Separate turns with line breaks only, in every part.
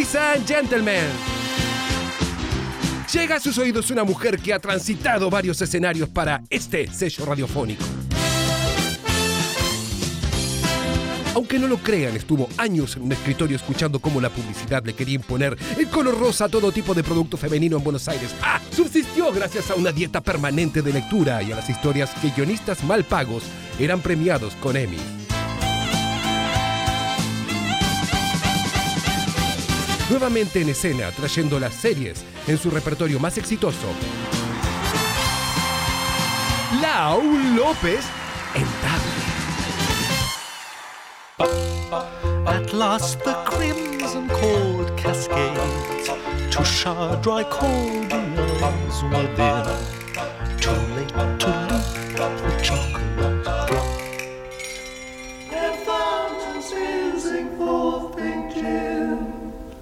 Ladies and gentlemen, llega a sus oídos una mujer que ha transitado varios escenarios para este sello radiofónico. Aunque no lo crean, estuvo años en un escritorio escuchando cómo la publicidad le quería imponer el color rosa a todo tipo de producto femenino en Buenos Aires. Subsistió gracias a una dieta permanente de lectura y a las historias que guionistas mal pagos eran premiados con Emmy. Nuevamente en escena, trayendo las series en su repertorio más exitoso. Lau López en Table.
At last the crimson cord cascades to shower dry cordials within. Too late to leap the chocolate gate. Their fountains oozing forth pink gin.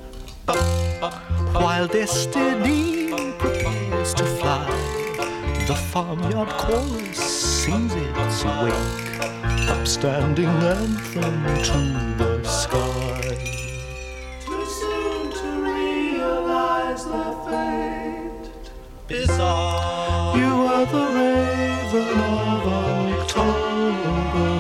While destiny prepares to fly, the farmyard chorus sings its wake, upstanding anthem to the sky. Too soon to realize their fate. Bizarre. You are the raven of October.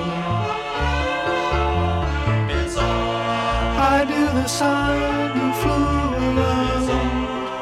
Bizarre. I knew the sign you flew around.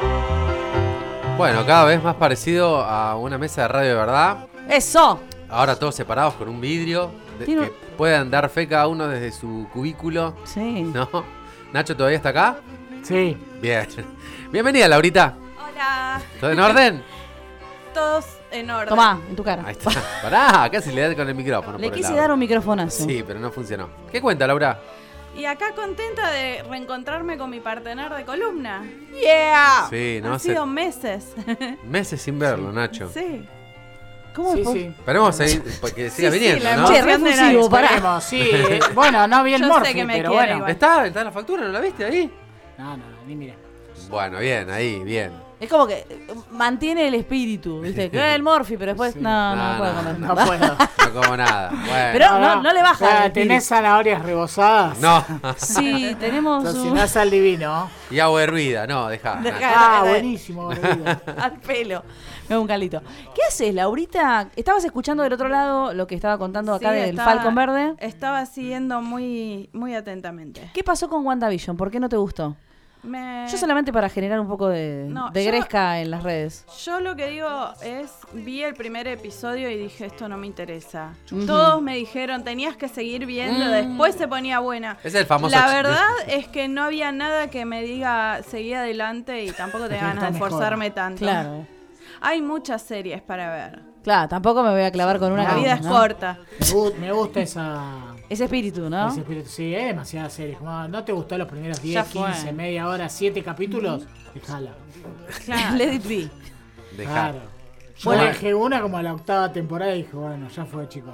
Bueno, cada vez más parecido a una mesa de radio de verdad.
¡Eso!
Ahora todos separados con un vidrio que puedan dar fe cada uno desde su cubículo.
Sí.
¿No? ¿Nacho todavía está acá?
Sí.
Bien. Bienvenida, Laurita.
Hola.
¿Todo en orden?
Todos en orden.
Tomá, en tu cara.
Ahí está. Pará, casi le da con el micrófono.
Le
por el
quise
lado.
dar un microfonazo.
Sí, pero no funcionó. ¿Qué cuenta, Laura?
Y acá contenta de reencontrarme con mi partener de columna.
¡Yeah!
Sí, no
Han
sé.
sido meses.
Meses sin verlo, Nacho.
Sí.
¿Cómo
Sí,
fue?
sí.
Esperemos seguir, que siga
Sí,
viniendo,
la
¿no?
Che,
emoción
re
de
efusivo, pará.
Esperemos, sí. Bueno, no vi el
Yo sé
Morphy,
que me
pero
quiere
bueno.
igual.
¿Está en la factura? ¿No la viste ahí?
No, ni mira.
Bueno, bien, ahí, bien.
Es como que mantiene el espíritu, ¿viste? Que el Morphy, pero después
Sí.
no puedo
no,
comer.
No puedo.
No como nada. Bueno.
Pero no le baja. el espíritu.
¿Tenés zanahorias rebozadas?
No.
Sí, tenemos
Entonces,
un...
no es al divino.
Y agua hervida, no, dejá.
Ah, buenísimo, boludo.
al pelo. Me hago un calito. ¿Qué haces, Laurita? ¿Estabas escuchando del otro lado lo que estaba contando acá
Sí,
del
estaba-
Falcon Verde?
Estaba siguiendo muy, muy atentamente.
¿Qué pasó con WandaVision? ¿Por qué no te gustó? Yo solamente para generar un poco de
No,
gresca en las redes.
Yo lo que digo es, vi el primer episodio y dije, esto no me interesa. Todos me dijeron, tenías que seguir viendo, después se ponía buena.
Es el famoso...
La verdad es que no había nada que me diga, seguí adelante y tampoco tenía ganas de
Está mejor.
esforzarme tanto.
Claro.
Hay muchas series para ver.
Claro, tampoco me voy a clavar con una
La
que-
vida es
¿no?
corta.
Me gusta
Ese espíritu, ¿no?
ese espíritu. Sí, hay demasiadas series. Como, ¿no te gustó los primeros 10,
Ya fue.
15, media hora, 7 capítulos? Déjala.
Claro.
Let it be.
Dejá.
Claro. Yo
Bueno.
dejé una como a la octava temporada y dije, bueno, ya fue, chicos.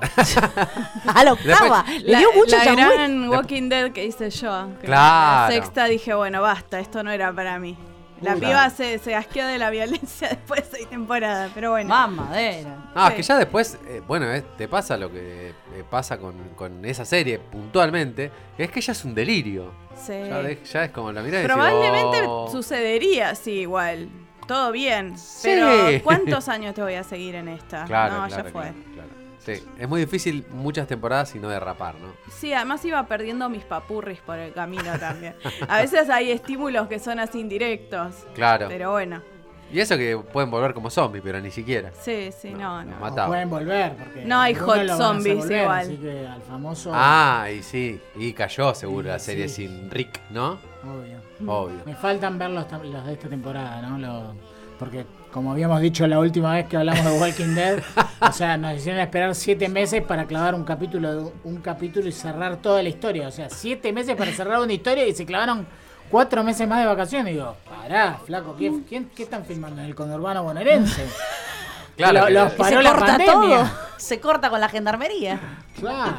A la octava. Le dio mucho
la
changüí.
gran Walking Dead que hice yo. Que
Claro.
La sexta dije, bueno, basta, esto no era para mí. La
Uy,
piba se asqueó de la violencia después de 6 temporadas, pero bueno.
Mamadera.
No, es
Sí.
que ya después, te pasa lo que pasa con esa serie puntualmente, que es que ya es un delirio.
Sí.
Ya es como la mirada y decís,
Probablemente
"Oh".
sucedería así igual. Todo bien.
Sí.
Pero ¿cuántos años te voy a seguir en esta?
Claro,
no,
claro,
ya fue.
claro. Sí, es muy difícil muchas temporadas y no derrapar, ¿no?
Sí, además iba perdiendo mis papurris por el camino también. A veces hay estímulos que son así indirectos.
Claro.
Pero bueno.
Y eso que pueden volver como zombies, pero ni siquiera.
Sí, no.
Nos
No
mataba.
pueden volver. Porque
No hay
algunos
hot
lo van a hacer
zombies
volver,
igual.
Así que al famoso.
Ah, y sí, y cayó seguro la
Sí,
serie
sí.
sin Rick, ¿no?
Obvio.
Obvio.
Me faltan ver los de esta temporada, ¿no? Porque, como habíamos dicho la última vez que hablamos de Walking Dead, o sea, nos hicieron esperar 7 meses para clavar un capítulo y cerrar toda la historia. O sea, 7 meses para cerrar una historia y se clavaron 4 meses más de vacaciones. Y digo, pará, flaco, ¿qué están filmando? ¿En el conurbano bonaerense?
Claro,
Los
que-
paró
Se
la
corta
pandemia.
todo. Se corta con la gendarmería.
Claro.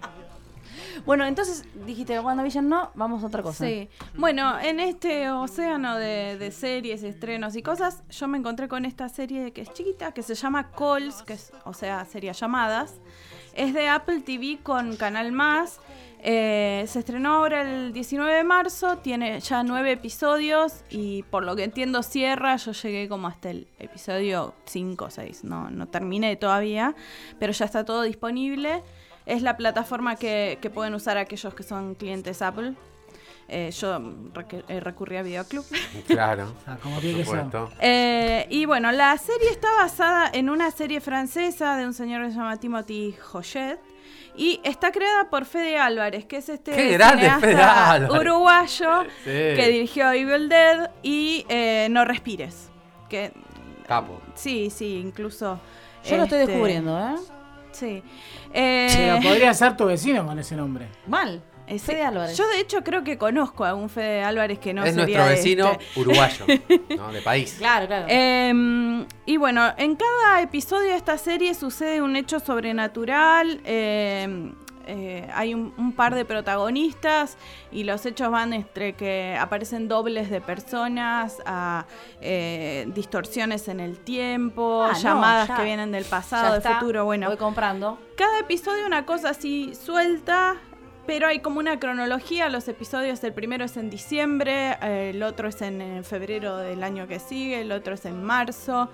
Bueno, entonces dijiste, WandaVision no, vamos a otra cosa.
Sí. Bueno, en este océano de series, estrenos y cosas, yo me encontré con esta serie que es chiquita, que se llama Calls, que es, o sea, sería llamadas, Es de Apple TV con Canal Más. Se estrenó ahora el 19 de marzo, tiene ya 9 episodios y por lo que entiendo cierra. Yo llegué como hasta el episodio 5 o 6, no terminé todavía, pero ya está todo disponible. Es la plataforma que pueden usar aquellos que son clientes Apple. Yo recurrí a Videoclub.
Claro.
Como tiene que
ser.
Y bueno, la serie está basada en una serie francesa de un señor que se llama Timothy Chalamet. Y está creada por Fede Álvarez, que es este cineasta uruguayo que dirigió Evil Dead y No Respires. Que,
Capo.
Sí, incluso...
Yo lo estoy descubriendo, ¿eh?
Sí.
Pero podría ser tu vecino con ese nombre.
Mal. Fede Álvarez.
Yo de hecho creo que conozco a un Fede Álvarez que no
es
sería
nuestro vecino uruguayo, ¿no? De país.
Claro.
Y bueno, en cada episodio de esta serie sucede un hecho sobrenatural. Hay un par de protagonistas y los hechos van entre que aparecen dobles de personas, a distorsiones en el tiempo, llamadas que vienen del pasado, del futuro. Bueno,
voy comprando.
Cada episodio una cosa así suelta. Pero hay como una cronología, los episodios, el primero es en diciembre, el otro es en febrero del año que sigue, el otro es en marzo.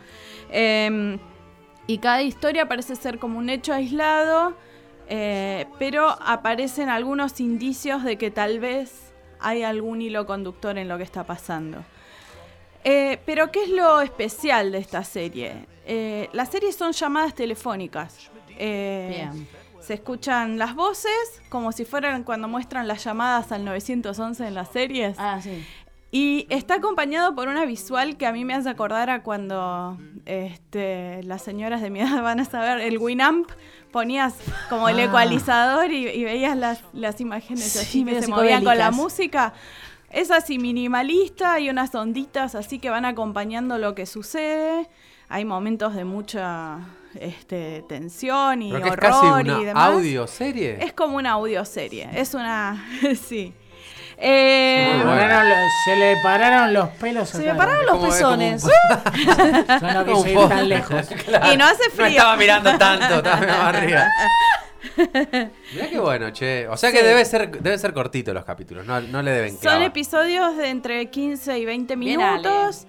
Y cada historia parece ser como un hecho aislado, pero aparecen algunos indicios de que tal vez hay algún hilo conductor en lo que está pasando. Pero ¿qué es lo especial de esta serie? Las series son llamadas telefónicas.
Bien.
Se escuchan las voces como si fueran cuando muestran las llamadas al 911 en las series.
Ah, sí.
Y está acompañado por una visual que a mí me hace acordar a cuando las señoras de mi edad van a saber, el Winamp, ponías como el ecualizador y veías las imágenes así que se movían con la música. Es así minimalista, hay unas onditas así que van acompañando lo que sucede. Hay momentos de mucha tensión y horror.
¿Pero que es casi una
y demás.
audioserie?
Es como una audioserie. Es una... sí.
Se le pararon los pelos.
Se me pararon los pezones.
Yo no quise ir tan lejos.
Claro.
Y no hace frío.
No estaba mirando tanto, estaba mirando arriba. Mirá qué bueno, che. O sea que debe ser cortito los capítulos, no le deben clavar.
Son episodios de entre 15 y 20 minutos.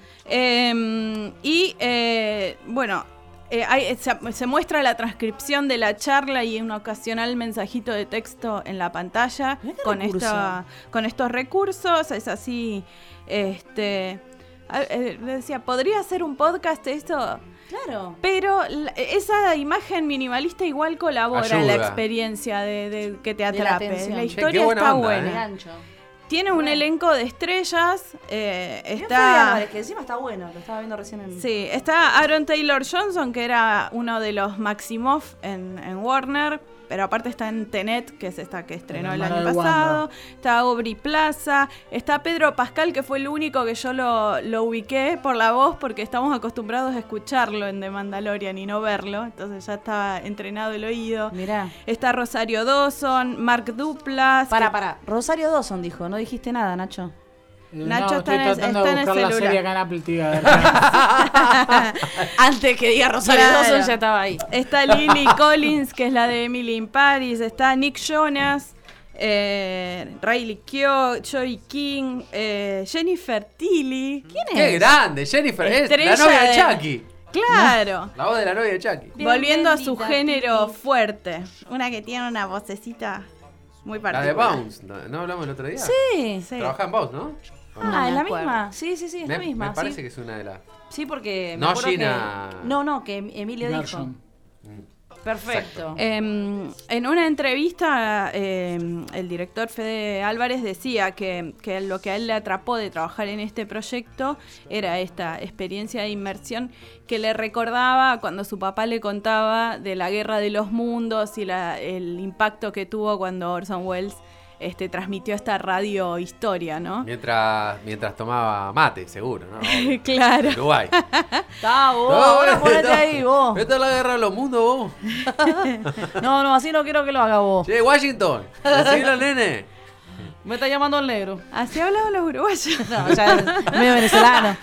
Bueno, se muestra la transcripción de la charla y un ocasional mensajito de texto en la pantalla con estos recursos. Es así, le decía, ¿podría hacer un podcast esto?
Claro.
Pero esa imagen minimalista igual colabora
Ayuda.
en la experiencia de que te atrape. La historia
buena
está
onda,
buena. Tiene un elenco de estrellas.
Está que encima está bueno, lo estaba viendo recién en...
Sí, está Aaron Taylor Johnson, que era uno de los Maximoff en Warner. Pero aparte está en Tenet, que es esta que estrenó el año pasado. Está Aubrey Plaza. Está Pedro Pascal, que fue el único que yo lo ubiqué por la voz, porque estamos acostumbrados a escucharlo en The Mandalorian y no verlo. Entonces ya estaba entrenado el oído.
Mirá.
Está Rosario Dawson, Mark Duplass.
Para. Rosario Dawson dijo, no dijiste nada, Nacho.
Nacho
estoy tratando de buscar la serie acá en Apple TV. A ver.
Antes que diga Rosario Dawson ya estaba ahí.
Está Lily Collins, que es la de Emily in Paris. Está Nick Jonas, Riley Keough, Joey King, Jennifer Tilly.
¿Quién es?
¡Qué grande! Jennifer es la novia de Chucky.
Claro.
La voz de la novia de Chucky.
Volviendo a su género fuerte. Una que tiene una vocecita muy
La
particular.
de Bounce. ¿No hablamos el otro día?
Sí.
Trabaja en Bounce, ¿no?
Ah, es la misma. Sí, es la misma.
Me parece que es una de las...
Sí, porque...
No,
me acuerdo
Gina...
No, que Emilio dijo. Perfecto.
En una entrevista, el director Fede Álvarez decía que lo que a él le atrapó de trabajar en este proyecto era esta experiencia de inmersión que le recordaba cuando su papá le contaba de la Guerra de los Mundos y el impacto que tuvo cuando Orson Welles transmitió esta radio historia, ¿no?
Mientras tomaba mate, seguro, ¿no?
Claro.
Uruguay.
Está vos, ahora ponete ahí vos.
Esta es la guerra de los mundos, vos.
No, así no quiero que lo haga vos.
Che, Washington, decile al nene.
Me está llamando el negro.
Así hablaban los uruguayos.
No, ya es medio venezolano.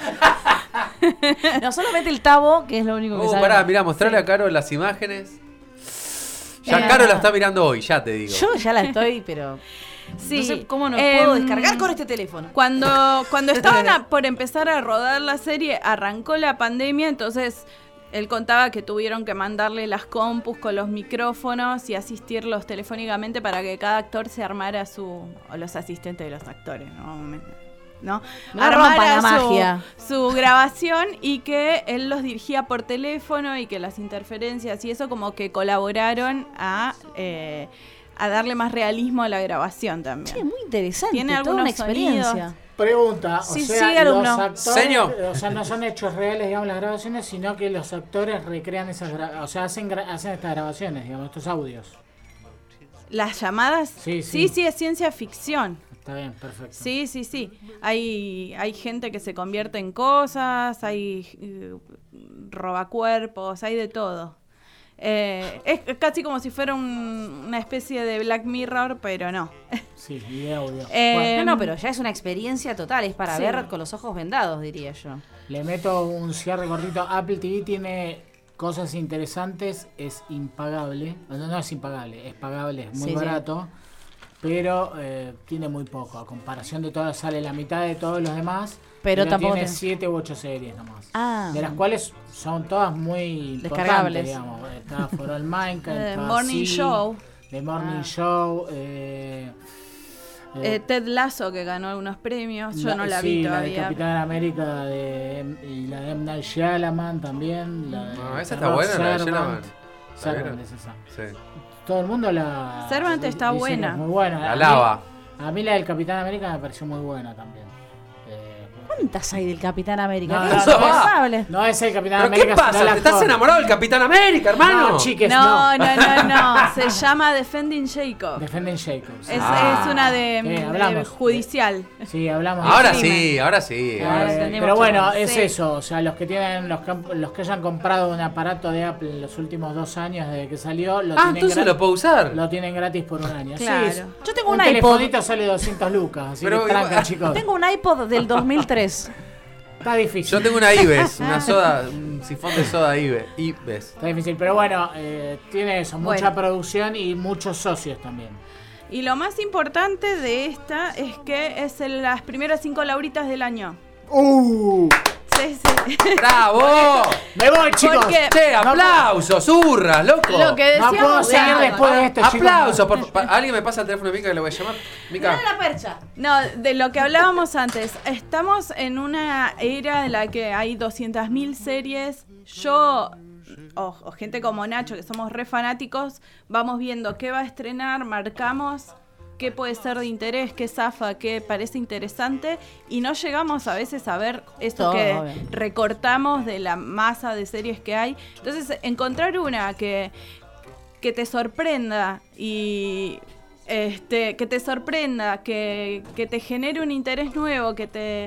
No, solamente el tabo, que es lo único que sabe.
Pará, mirá, mostrarle a Caro las imágenes. Ya Caro la está mirando hoy, ya te digo.
Yo ya la estoy, pero
Sí.
no sé cómo no puedo descargar con este teléfono.
Cuando estaban por empezar a rodar la serie, arrancó la pandemia, entonces él contaba que tuvieron que mandarle las compus con los micrófonos y asistirlos telefónicamente para que cada actor se armara o los asistentes de los actores, ¿no?
No rompan la magia.
Su grabación, y que él los dirigía por teléfono y que las interferencias y eso como que colaboraron a darle más realismo a la grabación también.
Sí, muy interesante.
Tiene
toda
algunos
una experiencia.
sonidos.
Pregunta,
Sí,
o sea,
sí, alumno.
los actores,
Señor.
o sea, no son hechos reales, digamos, las grabaciones, sino que los actores recrean o sea, hacen estas grabaciones, digamos, estos audios.
Las llamadas,
Sí.
sí, es ciencia ficción.
Está bien, perfecto.
Sí. Hay gente que se convierte en cosas, hay robacuerpos, hay de todo. Es casi como si fuera una especie de Black Mirror, pero no.
Sí, y de audio.
No, pero ya es una experiencia total, es para
Sí.
ver con los ojos vendados, diría yo.
Le meto un cierre cortito. Apple TV tiene cosas interesantes, es impagable. No es impagable, es pagable, es muy
Sí, sí.
barato. Pero tiene muy poco. A comparación de todas, sale la mitad de todos los demás.
Pero tampoco
tiene
tiene-
7 u 8 series nomás.
Ah.
De las cuales son todas muy
Descargables.
importantes, digamos. Está For All Mankind,
The
está
Morning
Sí,
Show.
The Morning Show.
Ted Lasso, que ganó algunos premios, yo no la
sí,
vi
la de
todavía.
Capitán América y la de M. Night Shyamalan también. La de
No, esa está
Terror
buena, la de
Servant.
Shyamalan. ¿La
Servant
vieron?
es esa.
Sí.
Todo el mundo la...
Servant está
dice que
buena.
es muy buena.
La
A mí-
lava.
A mí la del Capitán América me pareció muy buena también.
¿Cuántas hay del Capitán América?
No,
¿Qué
no,
no,
insoportable?
No es el Capitán
¿Pero qué
América, sino
pasa?
el
¿Te estás
actor.
enamorado del Capitán América, hermano?
No, chiques,
No,
no.
se llama Defending Jacob.
Defenden Jacobs.
Es
Sí,
una de
hablamos.
judicial.
Sí, hablamos.
Ahora
Crimen.
sí, ahora sí. ahora sí.
entendimos
Pero bueno,
todo.
es
Sí.
eso. O sea, los que tienen, los que hayan comprado un aparato de Apple en los últimos 2 años desde que salió, lo tienen
Entonces lo puedo usar.
lo tienen gratis por un año.
Claro.
Sí,
Yo tengo
un
un iPod.
telefonito sale 200 lucas, así
Pero
que tranca,
igual-
chicos.
Tengo un iPod del 2003.
Está difícil.
Yo tengo una Ives, una soda, un sifón de soda Ives.
Está difícil, pero bueno, tiene eso, mucha
Bueno.
producción y muchos socios también.
Y lo más importante de esta es que es las primeras 5 lauritas del año. Sí.
¡Bravo!
¡Me voy, chicos!
Porque-
Che, aplausos, hurras, loco.
Lo que
No puedo
decíamos
seguir
antes.
después de esto, chicos.
Aplausos. ¿Alguien me pasa el teléfono de Mica que le voy a llamar? Mica.
la percha.
No, de lo que hablábamos antes. Estamos en una era en la que hay 200.000 series. Yo, o gente como Nacho, que somos re fanáticos, vamos viendo qué va a estrenar, marcamos qué puede ser de interés, qué zafa, qué parece interesante, y no llegamos a veces a ver esto
Todo,
que
obvio.
recortamos de la masa de series que hay. Entonces, encontrar una que te sorprenda y que te sorprenda, que te genere un interés nuevo, que te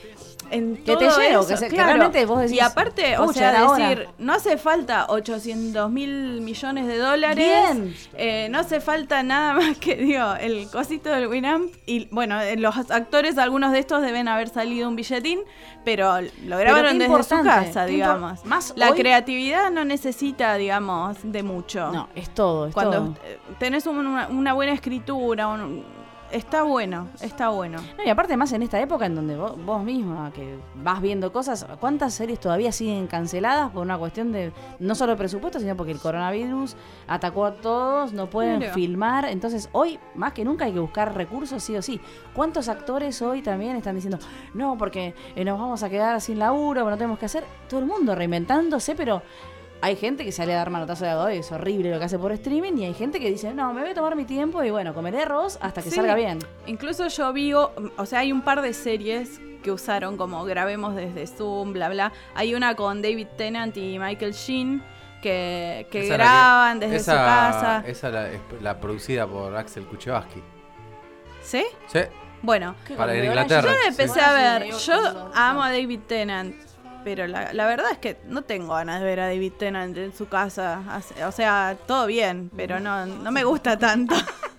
en
Que te
todo
lleve,
eso,
que realmente vos decís,
y aparte, o
pucha,
sea,
era hora.
decir, no hace falta 800.000 millones de dólares,
Bien.
no hace falta nada más que, digo, el cosito del Winamp, y bueno, los actores, algunos de estos deben haber salido un billetín, pero lo grabaron
qué
desde su
importante,
casa,
qué
digamos.
más
La
hoy-
creatividad no necesita, digamos, de mucho.
No, es todo, es
Cuando
todo.
tenés una buena escritura, está bueno, está bueno.
No, y aparte más en esta época en donde vos misma que vas viendo cosas, ¿cuántas series todavía siguen canceladas por una cuestión de no solo presupuesto, sino porque el coronavirus atacó a todos, no pueden
Claro.
filmar? Entonces hoy más que nunca hay que buscar recursos sí o sí. ¿Cuántos actores hoy también están diciendo, no, porque nos vamos a quedar sin laburo, no tenemos que hacer? Todo el mundo reinventándose, pero hay gente que sale a dar manotazo de agua y es horrible lo que hace por streaming, y hay gente que dice, no, me voy a tomar mi tiempo y bueno, comeré arroz hasta que
Sí.
salga bien.
Incluso yo vi, o sea, hay un par de series que usaron como grabemos desde Zoom, bla, bla. Hay una con David Tennant y Michael Sheen que
Esa
graban desde su casa.
Esa es la producida por Axel Kuchevaski.
¿Sí?
Sí,
Bueno,
para
Yo
Inglaterra.
yo
sí.
empecé a ver, yo amo a David Tennant, pero la verdad es que no tengo ganas de ver a David Tennant en su casa. O sea, todo bien, pero no me gusta tanto.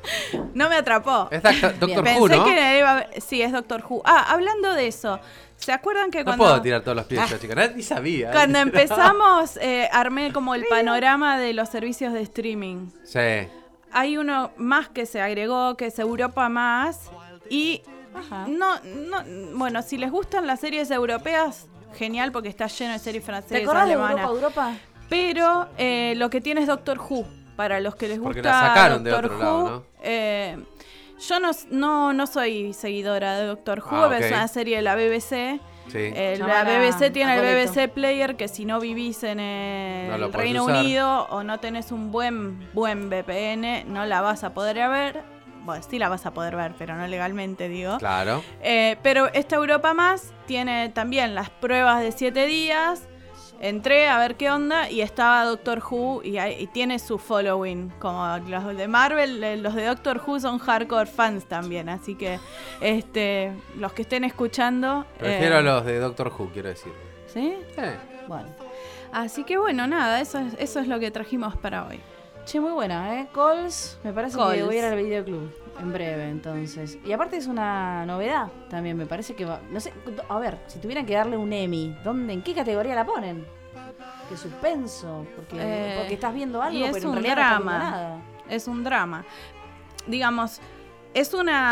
No me atrapó.
Es Doctor
Bien.
Who,
Pensé
¿no?
que iba a ver- Sí, es Doctor Who. Ah, hablando de eso. ¿Se acuerdan que
No
cuando...
puedo tirar todos los pies, chica. Nadie ni sabía.
Cuando empezamos, armé como el panorama de los servicios de streaming.
Sí.
Hay uno más que se agregó, que es Europa Más. Y
Ajá.
bueno, si les gustan las series europeas, genial, porque está lleno de series
¿Te
francesas,
acordás de
alemanas.
Europa?
Pero lo que tiene es Doctor Who. Para los que les gusta
Porque la sacaron de
Doctor
otro
Who,
lado,
yo no soy seguidora de Doctor Who,
Ah, ok.
es una serie de la BBC.
Sí.
La
Llamala
BBC tiene el
Acolito.
BBC Player, que si no vivís en
No lo
el
podés
Reino
usar.
Unido o no tenés un buen VPN, no la vas a poder ver. Bueno, sí la vas a poder ver, pero no legalmente, digo.
Claro.
Pero esta Europa Más tiene también las pruebas de 7 días. Entré a ver qué onda y estaba Doctor Who y tiene su following. Como los de Marvel, los de Doctor Who son hardcore fans también. Así que los que estén escuchando...
Prefiero a los de Doctor Who, quiero decir.
¿Sí?
Sí.
Bueno.
Así que bueno, nada, eso es lo que trajimos para hoy.
Che, muy buena, ¿eh? Coles, me parece que
Coles.
voy a ir al videoclub en breve, entonces. Y aparte es una novedad también, me parece que va... No sé, a ver, si tuvieran que darle un Emmy, ¿en qué categoría la ponen? ¿Qué suspenso? Porque estás viendo algo,
y es
pero en
un
realidad no estás
drama.
viendo nada.
Es un drama. Digamos, es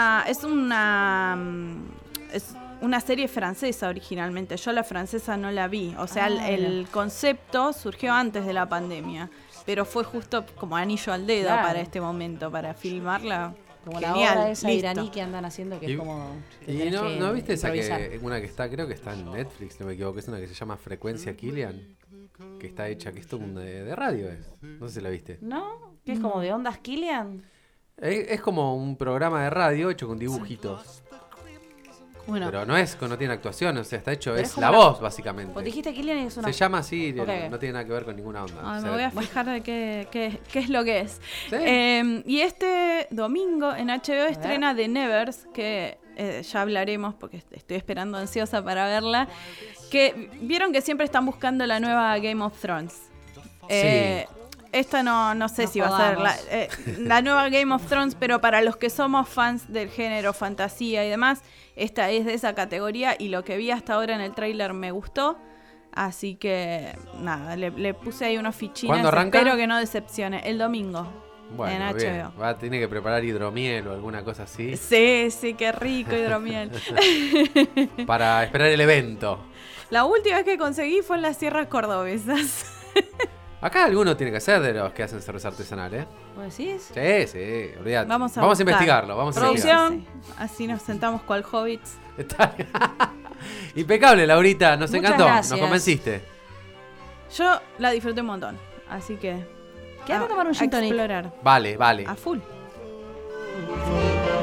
una serie francesa originalmente. Yo la francesa no la vi. O sea, el concepto surgió antes de la pandemia. Pero fue justo como anillo al dedo
Claro.
para este momento, para filmarla.
Como
Genial,
la obra esa
listo.
iraní que andan haciendo, que
Y-
es como... que
¿Y
tenés
no,
que
no viste esa
improvisar.
una que está, creo que está en Netflix, no me equivoco, es una que se llama Frecuencia Killian? Que está hecha, que esto de radio es. No sé si la viste.
¿No? ¿Que es como de ondas Killian?
Es como un programa de radio hecho con dibujitos.
Bueno,
Pero no tiene actuación, o sea, está hecho,
Pero
es
es como
la
una-
voz, básicamente.
Pues dijiste Killian y es una...
Se llama así,
Ok.
no tiene nada que ver con ninguna onda.
ay,
O
me
sea,
voy a fijar de qué es lo que es.
¿sí?
Y este domingo en HBO estrena The Nevers, que ya hablaremos porque estoy esperando ansiosa para verla. Que vieron que siempre están buscando la nueva Game of Thrones. Esta no sé
No
si va a ser
jodamos.
la nueva Game of Thrones, pero para los que somos fans del género fantasía y demás, esta es de esa categoría y lo que vi hasta ahora en el tráiler me gustó. Así que nada, le puse ahí unos fichines.
¿Cuándo arranca?
Espero que no decepcione. El domingo.
Bueno,
en
bien.
HBO.
Tiene que preparar hidromiel o alguna cosa así
Sí, qué rico hidromiel.
para esperar el evento.
La última vez que conseguí fue en las sierras cordobesas.
Acá alguno tiene que ser de los que hacen cerveza artesanal, ¿eh?
¿Vos decís?
Sí, olvídate.
Vamos a
Vamos a
buscar.
investigarlo, vamos a investigarlo.
Producción, así nos sentamos cual hobbits.
Está impecable, Laurita, nos
Muchas
encantó,
gracias.
nos convenciste.
Yo la disfruté un montón, así que...
Quédate a tomar un gin tonic.
explorar.
Vale.
A full.
From